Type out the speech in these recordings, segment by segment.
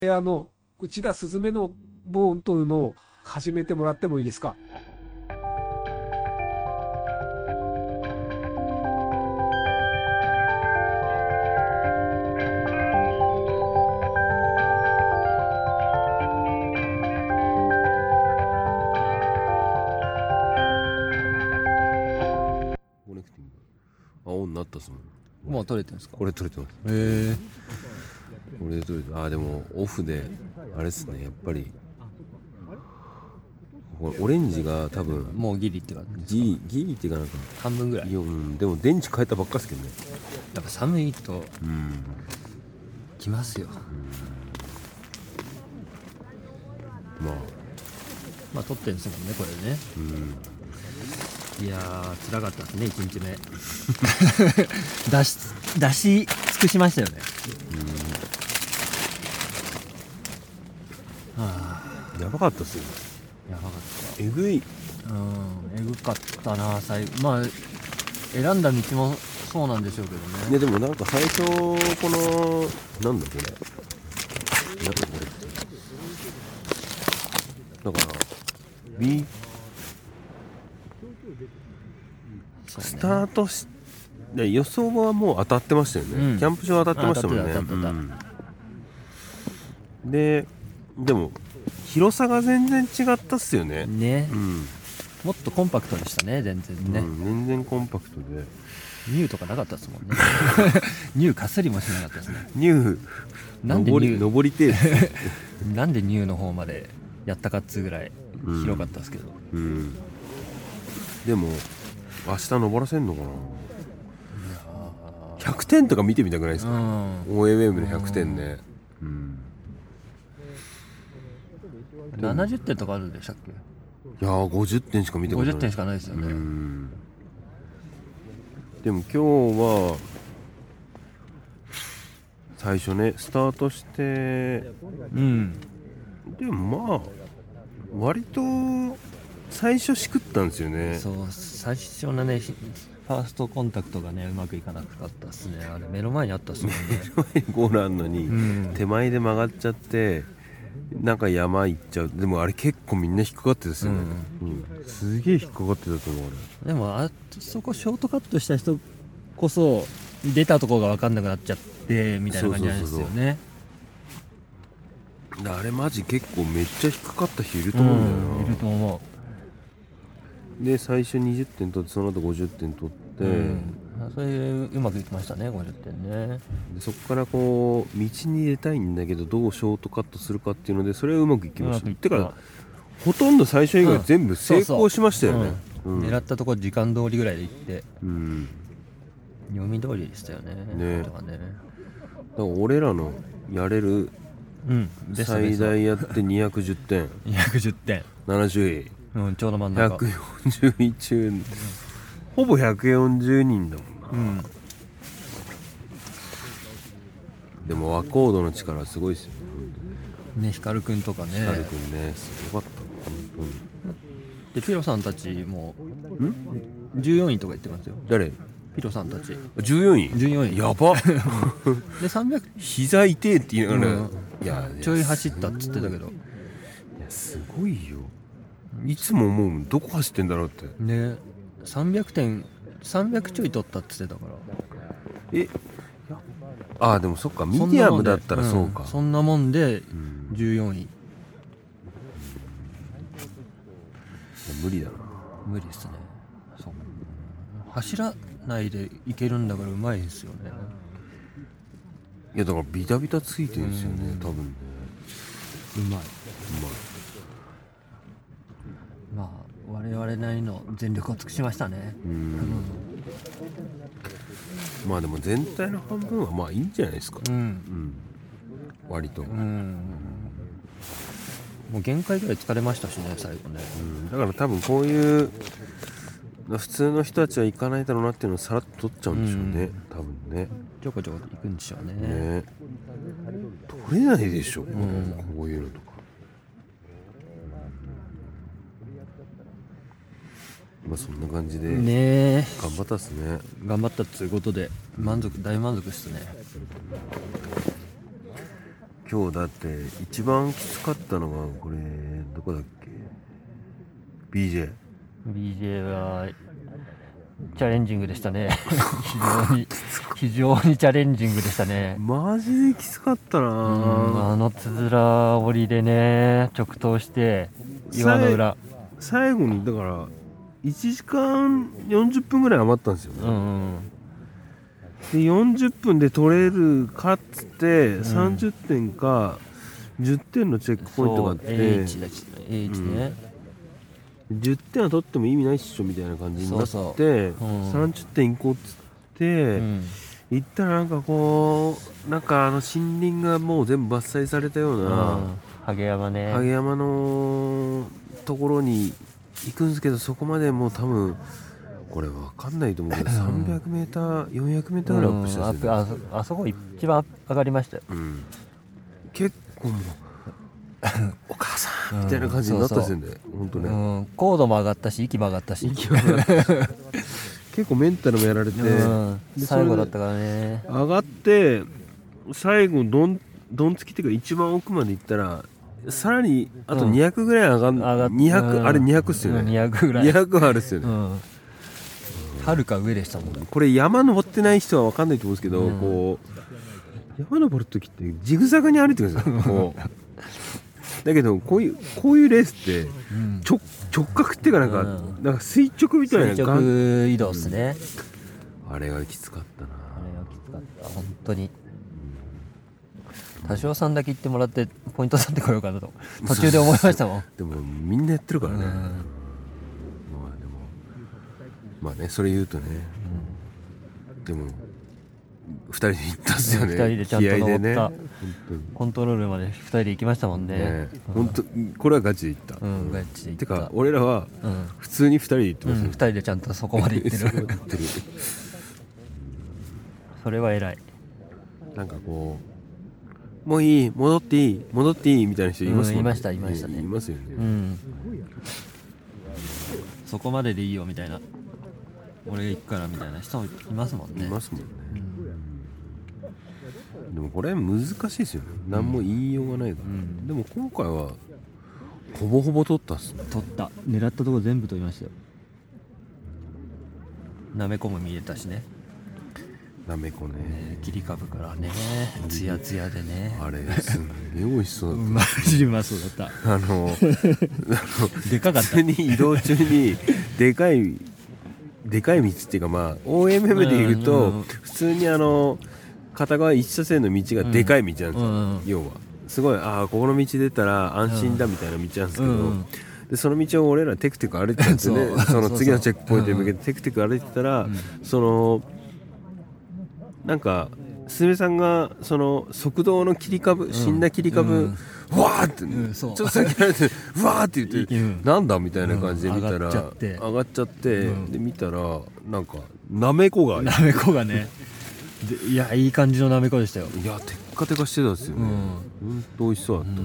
内田すずめのボーンというのを始めてもらってもいいですか？ コネクティング青になったっすもん。 もう撮れてるんですか？ これ撮れてます。 へえ。 これで撮れて、でもオフであれっすね、やっぱりこれオレンジが多分もうギリって感じですか？ ギリっていうかなんか半分ぐらい。 でも電池変えたばっかっすけどね。 やっぱ寒いときますよ。まあ撮ってるんですもんねこれね。いやー辛かったですね1日目出し尽くしましたよね。 やばかったっすよ。 やばかった。 えぐい。 えぐかったな最後。まあ選んだ道もそうなんでしょうけどね。 ね、でもなんか最初このなんだこれなんかこれだからそうねスタートしで予想はもう当たってましたよね、キャンプ場当たってましたもんね。 当たってたでも広さが全然違ったっすよね。 ね、もっとコンパクトでしたね全然ね。 全然コンパクトでニューとかなかったですもんねニューかすりもしなかったですね。 ニューなんでニュー登りてえなんでニューの方までやったかっつうぐらい広かったですけど、 でも明日登らせんのかな。100点とか見てみたくないですか、OMM の100点ね。 70点とかあるでしたっけ？ いやー50点しか見てこない。 50点しかないですよね。 でも今日は最初ねスタートしてでもまあ割と最初しくったんですよね。 そう最初のねファーストコンタクトがねうまくいかなかったですね。あれ目の前にあったっすもんねゴールあんのに、手前で曲がっちゃってなんか山行っちゃう。でもあれ結構みんな引っかかってですよね、すげえ引っかかってたと思う。あれでもそこショートカットした人こそ出たところが分かんなくなっちゃってみたいな感じなんですよね。 あれマジ結構めっちゃ引っかかった人いると思うんだよな、 いると思う。 で最初20点取ってその後50点取って、 それうまくいきましたね50点ね。 でそこからこう道に出たいんだけどどうショートカットするかっていうのでそれはうまくいきました。てかほとんど最初以外全部成功しましたよね。 狙ったところ時間通りぐらいで行って、読み通りでしたよね。 だから俺らのやれる最大やって210点 210点 70位、 ちょうど真ん中 140位中、ほぼ140人だもんな、でもワコードの力すごいですよね。ヒカルくんとかね。 ヒカルくんねすごかった本でピロさんたちも14位とか言ってますよ。 誰？ ピロさんたち 14位 14位やばで300 膝痛えって言いながら、いやちょい走ったっつってたけど、 いやすごいよ。いつも思うどこ走ってんだろうってね。300点300ちょい取ったっつってたからでもそっかミディアムだったらそうか、 そんなもんで14位、 無理だな。 無理ですね。そう走らないでいけるんだからうまいですよね。 いやだからビタビタついてるんですよね多分ね。 うまい。まあ我々なりの全力を尽くしましたね。 まあでも全体の半分はまあいいんじゃないですか。割と、 もう限界ぐらい疲れましたしね最後ね。 だから多分こういう普通の人たちは行かないだろうなっていうのをさらっと取っちゃうんでしょうね、多分ね。 ちょこちょこ行くんでしょうね。 取れないでしょ、こういうのとか。まあそんな感じでね頑張ったっすね。 頑張ったっつうことで大満足っすね。 今日だって一番きつかったのがこれどこだっけ BJ はチャレンジングでしたね非常にチャレンジングでしたね。 マジできつかったな。 あのつづら折りでね直投して岩の裏最後にだから1時間40分ぐらい余ったんですよね、で40分で取れるかっつって30点か10点のチェックポイントがあって H ね、 10点は取っても意味ないっしょみたいな感じになってそう 30点いこうっつって行ったらなんかこうなんか森林がもう全部伐採されたようなハゲ山ね、 ハゲ山のところに行くんですけど、そこまでもう多分これ分かんないと思うけど 300m、400m ぐらいアップしたんですよね。 あそこ一番上がりましたよ、 結構もうお母さんみたいな感じになったんですよね、本当ね、 高度も上がったし息も上がったし結構メンタルもやられて、 最後だったからね、 上がって最後どんつきっていうか一番奥まで行ったらさらにあと200ぐらい上がん、200、あれ200っすよね、 200ぐらい 200あるっすよね、 はるか上でしたもんね。 これ山登ってない人は分かんないと思うんですけど、こう山登る時ってジグザグに歩いてくるんですよこうだけどこういうレースって直角っていうかなんか垂直みたいな垂直移動っすね、 あれがきつかったな。 あれがきつかった本当に。多少さんだけ行ってもらってポイント取ってこようかなと途中で思いましたもんでもみんなやってるからね、まあねそれ言うとね、でも2人で行ったっすよね、 2人でちゃんと登った、 気合でね、 コントロールまで2人で行きましたもんね。 本当これはガチで行った、 ガチで行った。 てか俺らは普通に2人で行ってますよ、 2人でちゃんとそこまで行ってるそれは偉い。 なんかこうもういい戻っていいみたいな人いますもんね、 いましたね。 いますよね、 そこまででいいよみたいな、俺が行くからみたいな人もいますもんね。 いますもんね、でもこれ難しいですよね、何も言いようがないから、でも今回はほぼほぼ取ったっすね。 取った、狙ったところ全部取りましたよ。なめこも見えたしね、 なめこね、 切り株からねツヤツヤでね、 あれすんげえ美味しそうだったマジでうまそうだった。でかかった。 普通に移動中にでかい道っていうか、まあ OMM で言うと普通に片側一車線の道がでかい道なんですよ、要はすごいここの道出たら安心だみたいな道なんですけど、でその道を俺らテクテク歩いてたんですよねその次のチェックポイントに向けてテクテク歩いてたら、なんかすみさんがその側道の切り株、死んだ切り株、わーって、ちょっと先られてわーって言って、なんだみたいな感じで見たら、上がっちゃって、で見たらなんかなめこがねいやいい感じのなめこでしたよ。 いやテッカテカしてたんですよね、ほんと美味しそうだったね、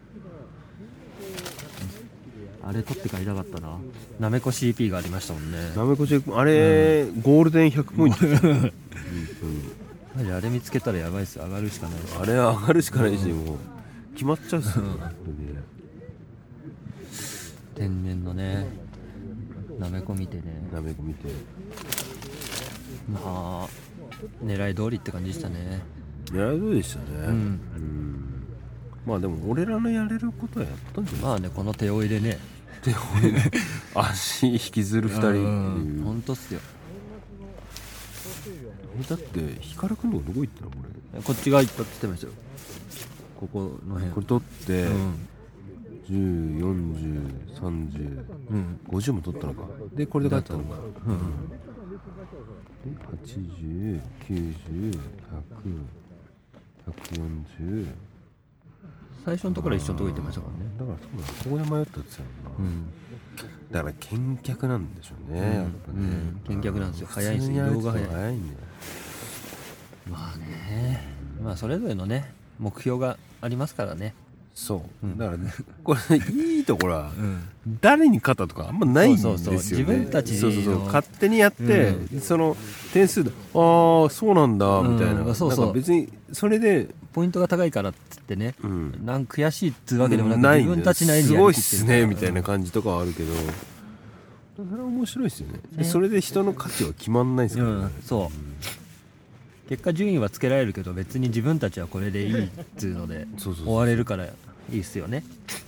あれ取って帰りたかったな。なめこ CP がありましたもんね。 なめこチェックあれ、ゴールデン100ポイントマジあれ見つけたらやばいっす。上がるしかないです。 あれ上がるしかないし、もう決まっちゃうっすよ天然のねなめこ見てね、 なめこ見てまあ狙い通りって感じでしたね。 狙い通りでしたね、まあでも俺らのやれることはやったんじゃないまあね、この手負いでね足引きずる2人っていう、 ほんとっすよ。 だって光くんのどこ行ったのこれ。 こっち側行ったって言ってましたよ。ここの辺これ取って、10、40、30、50も取ったのか。でこれで帰ったのか。80、90、100、140。 最初のところは一緒のとこ行ってましたからね。 だからそうだ、ここで迷ったって言ってたよな、だから見客なんでしょうね、やっぱね、 見客なんですよ。早いんですよ、移動が早い。 早いんだよ。 まあね、まあそれぞれのね目標がありますからね。 そう、だから、ね、これいいところは、誰に勝ったとかあんまないんですよね。 自分たちそう勝手にやって、その点数でそうなんだみたいな、なんか別にそれでポイントが高いからっつってね、 うんなんか悔しいっつうわけでもなく、 ない自分たちなりにすごいっやりきってるすねみたいな感じとかはあるけど、それは面白いですよね。でそれで人の価値は決まんないですからね、 そう結果順位はつけられるけど別に自分たちはこれでいいっつうのでそうそうそう終われるからいいっすよね。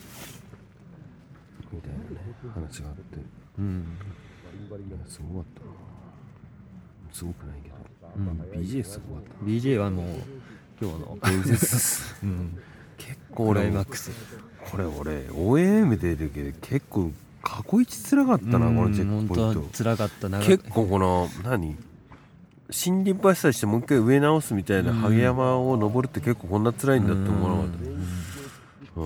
みたいなね話があって、 うんすごかったな。すごくないけど、BJ すごかった BJ はもう今日の伝説っす結構クライ俺マックスこれ俺 OAM 出てるけど結構過去一辛かったな、このチェックポイン本当は辛かったな。 ト。結構この森林伐採してもう一回植え直すみたいなハゲ山を登るって結構こんな辛いんだって思わなかった。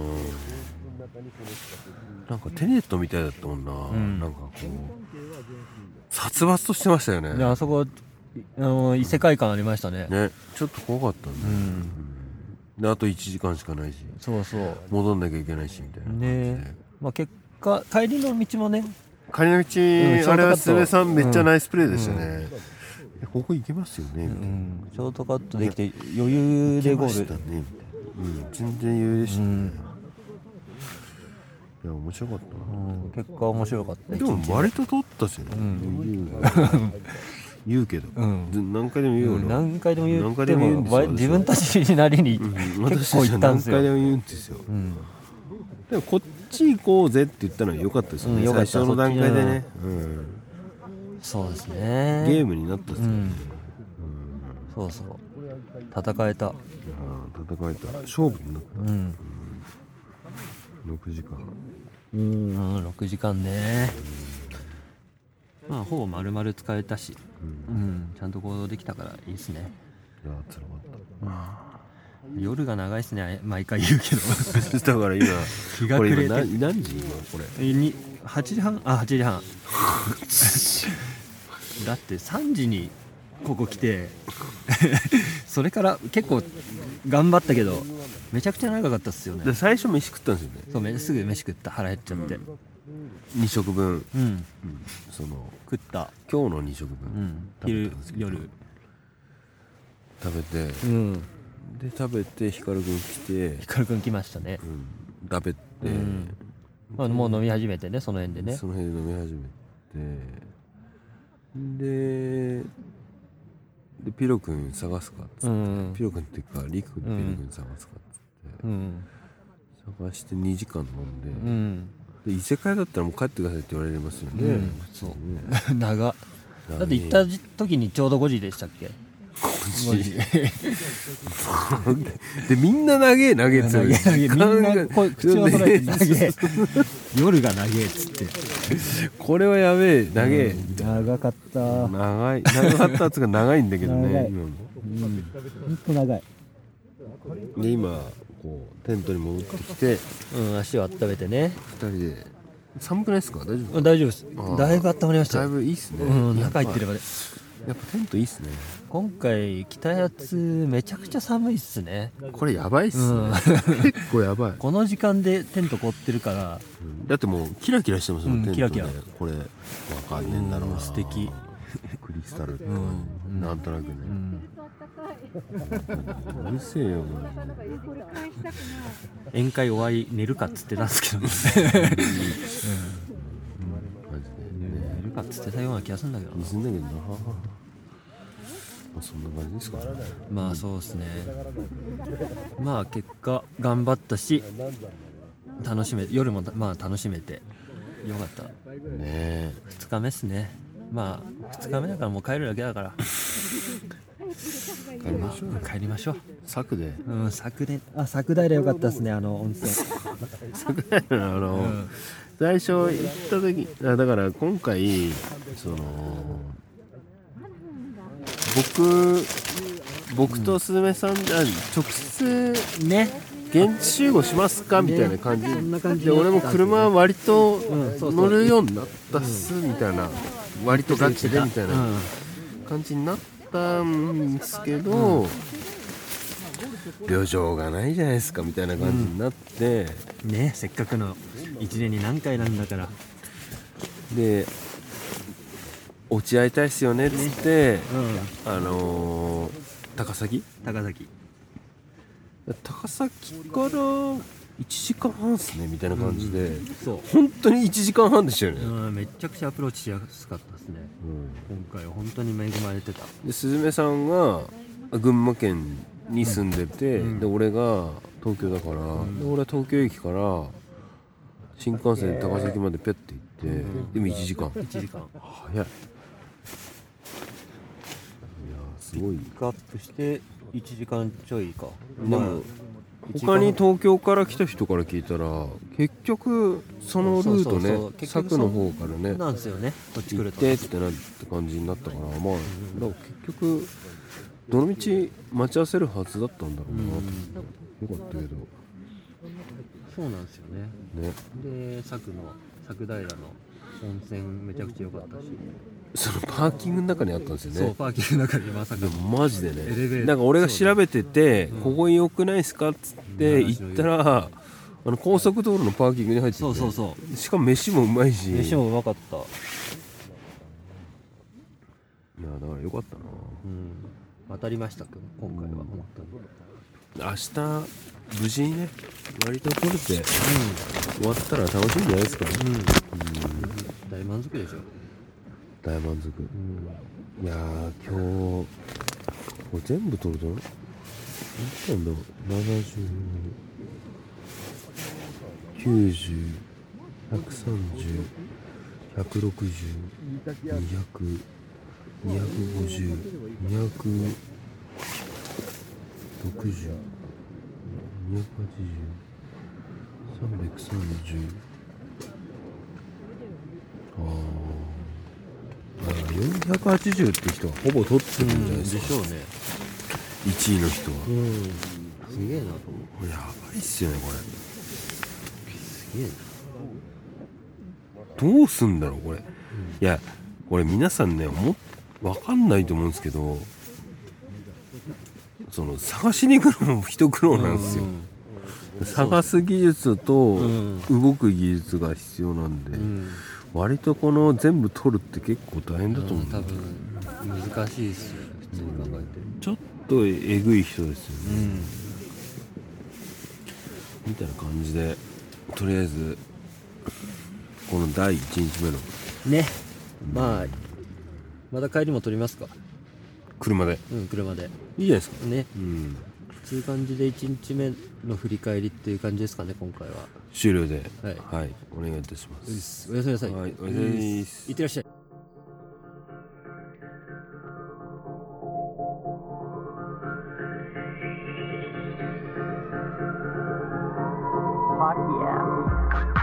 なんかテネットみたいだったもんな、なんかこう殺伐としてましたよね。 であそこ異世界感ありましたね。 ね、ちょっと怖かったんだ、であと1時間しかないしそうそう戻んなきゃいけないしみたいな感じで、 ね。まあ結果帰りの道もね、 帰りの道、 ショートカットあれはすべさんめっちゃナイスプレーでしたね、ここ行けますよねみたいな、 ショートカットできて余裕でゴール行けましたねみたいな、全然余裕でしたね、いや面白かったな、 結果面白かった。 でも割と取ったしね、言うけど、何回でも言うよ、 何回でも言何回ってもでも言うんですよ自分たちなりに結構行ったんですよ。 何回でも言うんですよ、でもこっち行こうぜって言ったのは良かったですよね、 良かった最初の段階でね、 そうですね。 ゲームになったっすよね、 そうそう戦えた。 戦えた勝負になった6時間 6時間ね。まあほぼ丸々使えたし、ちゃんと行動できたからいいですね。 いや辛かった夜が長いですね、毎回言うけどだから今日が暮れてこれ今何時今これに8時半8時半だって3時にここ来てそれから結構頑張ったけどめちゃくちゃ長かったっすよね。 で最初飯食ったんですよね、 そうすぐ飯食った。腹減っちゃって 2食分、その食った。 今日の2食分、 昼夜食べて、で食べて光くん来て、 光くん来ましたね。 食べて、 まあ、もう飲み始めてね、その辺でね。 その辺で飲み始めて、でピロくん探すかっつって、ピロくんっていうかリクピロくん探すかっつって、探して2時間飲んで、で異世界だったらもう帰ってくださいって言われますよね、 そう長っ。だって行った時にちょうど5時でしたっけ。5時でみんな長え長えっつってみんな口を揃えて長え夜が長えっつってこれはやべえ長え、 長かった。 長かったっつうか長いんだけどね、今もほんと長い。 で今こうテントに戻ってきて足を温めてね。 2人で寒くないですか？大丈夫？ 大丈夫です。だいぶ温まりましただいよ。 ぶいいっすね、 中入ってればね。 やっぱテントいいっすね。 今回来たやつめちゃくちゃ寒いっすね。 これやばいっすね、結構やばい。 この時間でテント凍ってるから、 だってもうキラキラしてますもん、テントでキラキラ。 これわかんねえんだろうな、 素敵。 クリスタルって、なんとなくね、うるせえよもう。 宴会終わり寝るかっつってたんですけどねマジで寝るかっつってたような気がするんだけどな。 すんだけどな、まあ、そんな感じですかね。 まあそうですね。まあ結果頑張ったし楽しめ夜もまあ楽しめてよかったね 2日目っすね。まあ2日目だからもう帰るだけだから帰りましょうよ。 帰りましょう。 柵で昨代でよかったですね、あの温泉。 柵で最初行った時だから今回その僕とスズメさん直接ね現地集合しますかみたいな感じそんな感じで、俺も車割とそうそう乗るようになったっすみたいな、割とガチでみたいな感じになったんですけど、旅情がないじゃないですかみたいな感じになって、 ねせっかくの1年に何回なんだから。 で落ち合いたいっすよねっつって、高崎高崎から1時間半っすねみたいな感じで、 そう本当に1時間半でしたよね、 めちゃくちゃアプローチしやすかったですね。今回は本当に恵まれてた。 でスズメさんが群馬県に住んでて、で俺が東京だから、で俺は東京駅から新幹線で高崎までペッて行って、でも1時間 1時間早い。いやすごい。 ピックアップして1時間ちょいか。 でも他に東京から来た人から聞いたら結局そのルートね、 そう佐久の方からねなんですよね、こっち来行るとってってなって感じになったから、まあだから結局どの道待ち合わせるはずだったんだろうな、よかったけどそうなんですよね。 ね。 で佐久平の温泉めちゃくちゃ良かったし、 そのパーキングの中にあったんですよね。 そうパーキングの中にまさかでもマジでね、 エレベーターなんか俺が調べてて、ここ良くないですかっつって行ったら、高速道路のパーキングに入ってて、 そうしかも飯もうまいし、 飯もうまかった。 いやだから良かったな。 当たりましたけど今回は本当に。 明日無事にね割と取れて、終わったら楽しいんじゃないですか。 大満足でしょ。 大満足。いやー今日これ全部取ると何なんだろう、70、90、130、160、200、250、260、280、330、480って人はほぼ取ってるんじゃないですか、 でしょうね。 1位の人は。 すげえなと思う。 やばいっすよねこれ。 すげえな。 どうすんだろうこれ、いやこれ皆さんね分かんないと思うんですけど、その探しに行くのも一苦労なんですよ、探す技術と動く技術が必要なんで、割とこの全部取るって結構大変だと思うんだ多分難しいっすよね、普通に考えて。 ちょっとえぐい人ですよね、みたいな感じでとりあえずこの第1日目のね、まあまた帰りも撮りますか。 車で車でいいじゃないですか。 ね。そういう感じで1日目の振り返りっていう感じですかね今回は。 終了で、 はいお願いいたします。 おやすみなさい。 はいおやすみです。 いってらっしゃい。 Fuck yeah.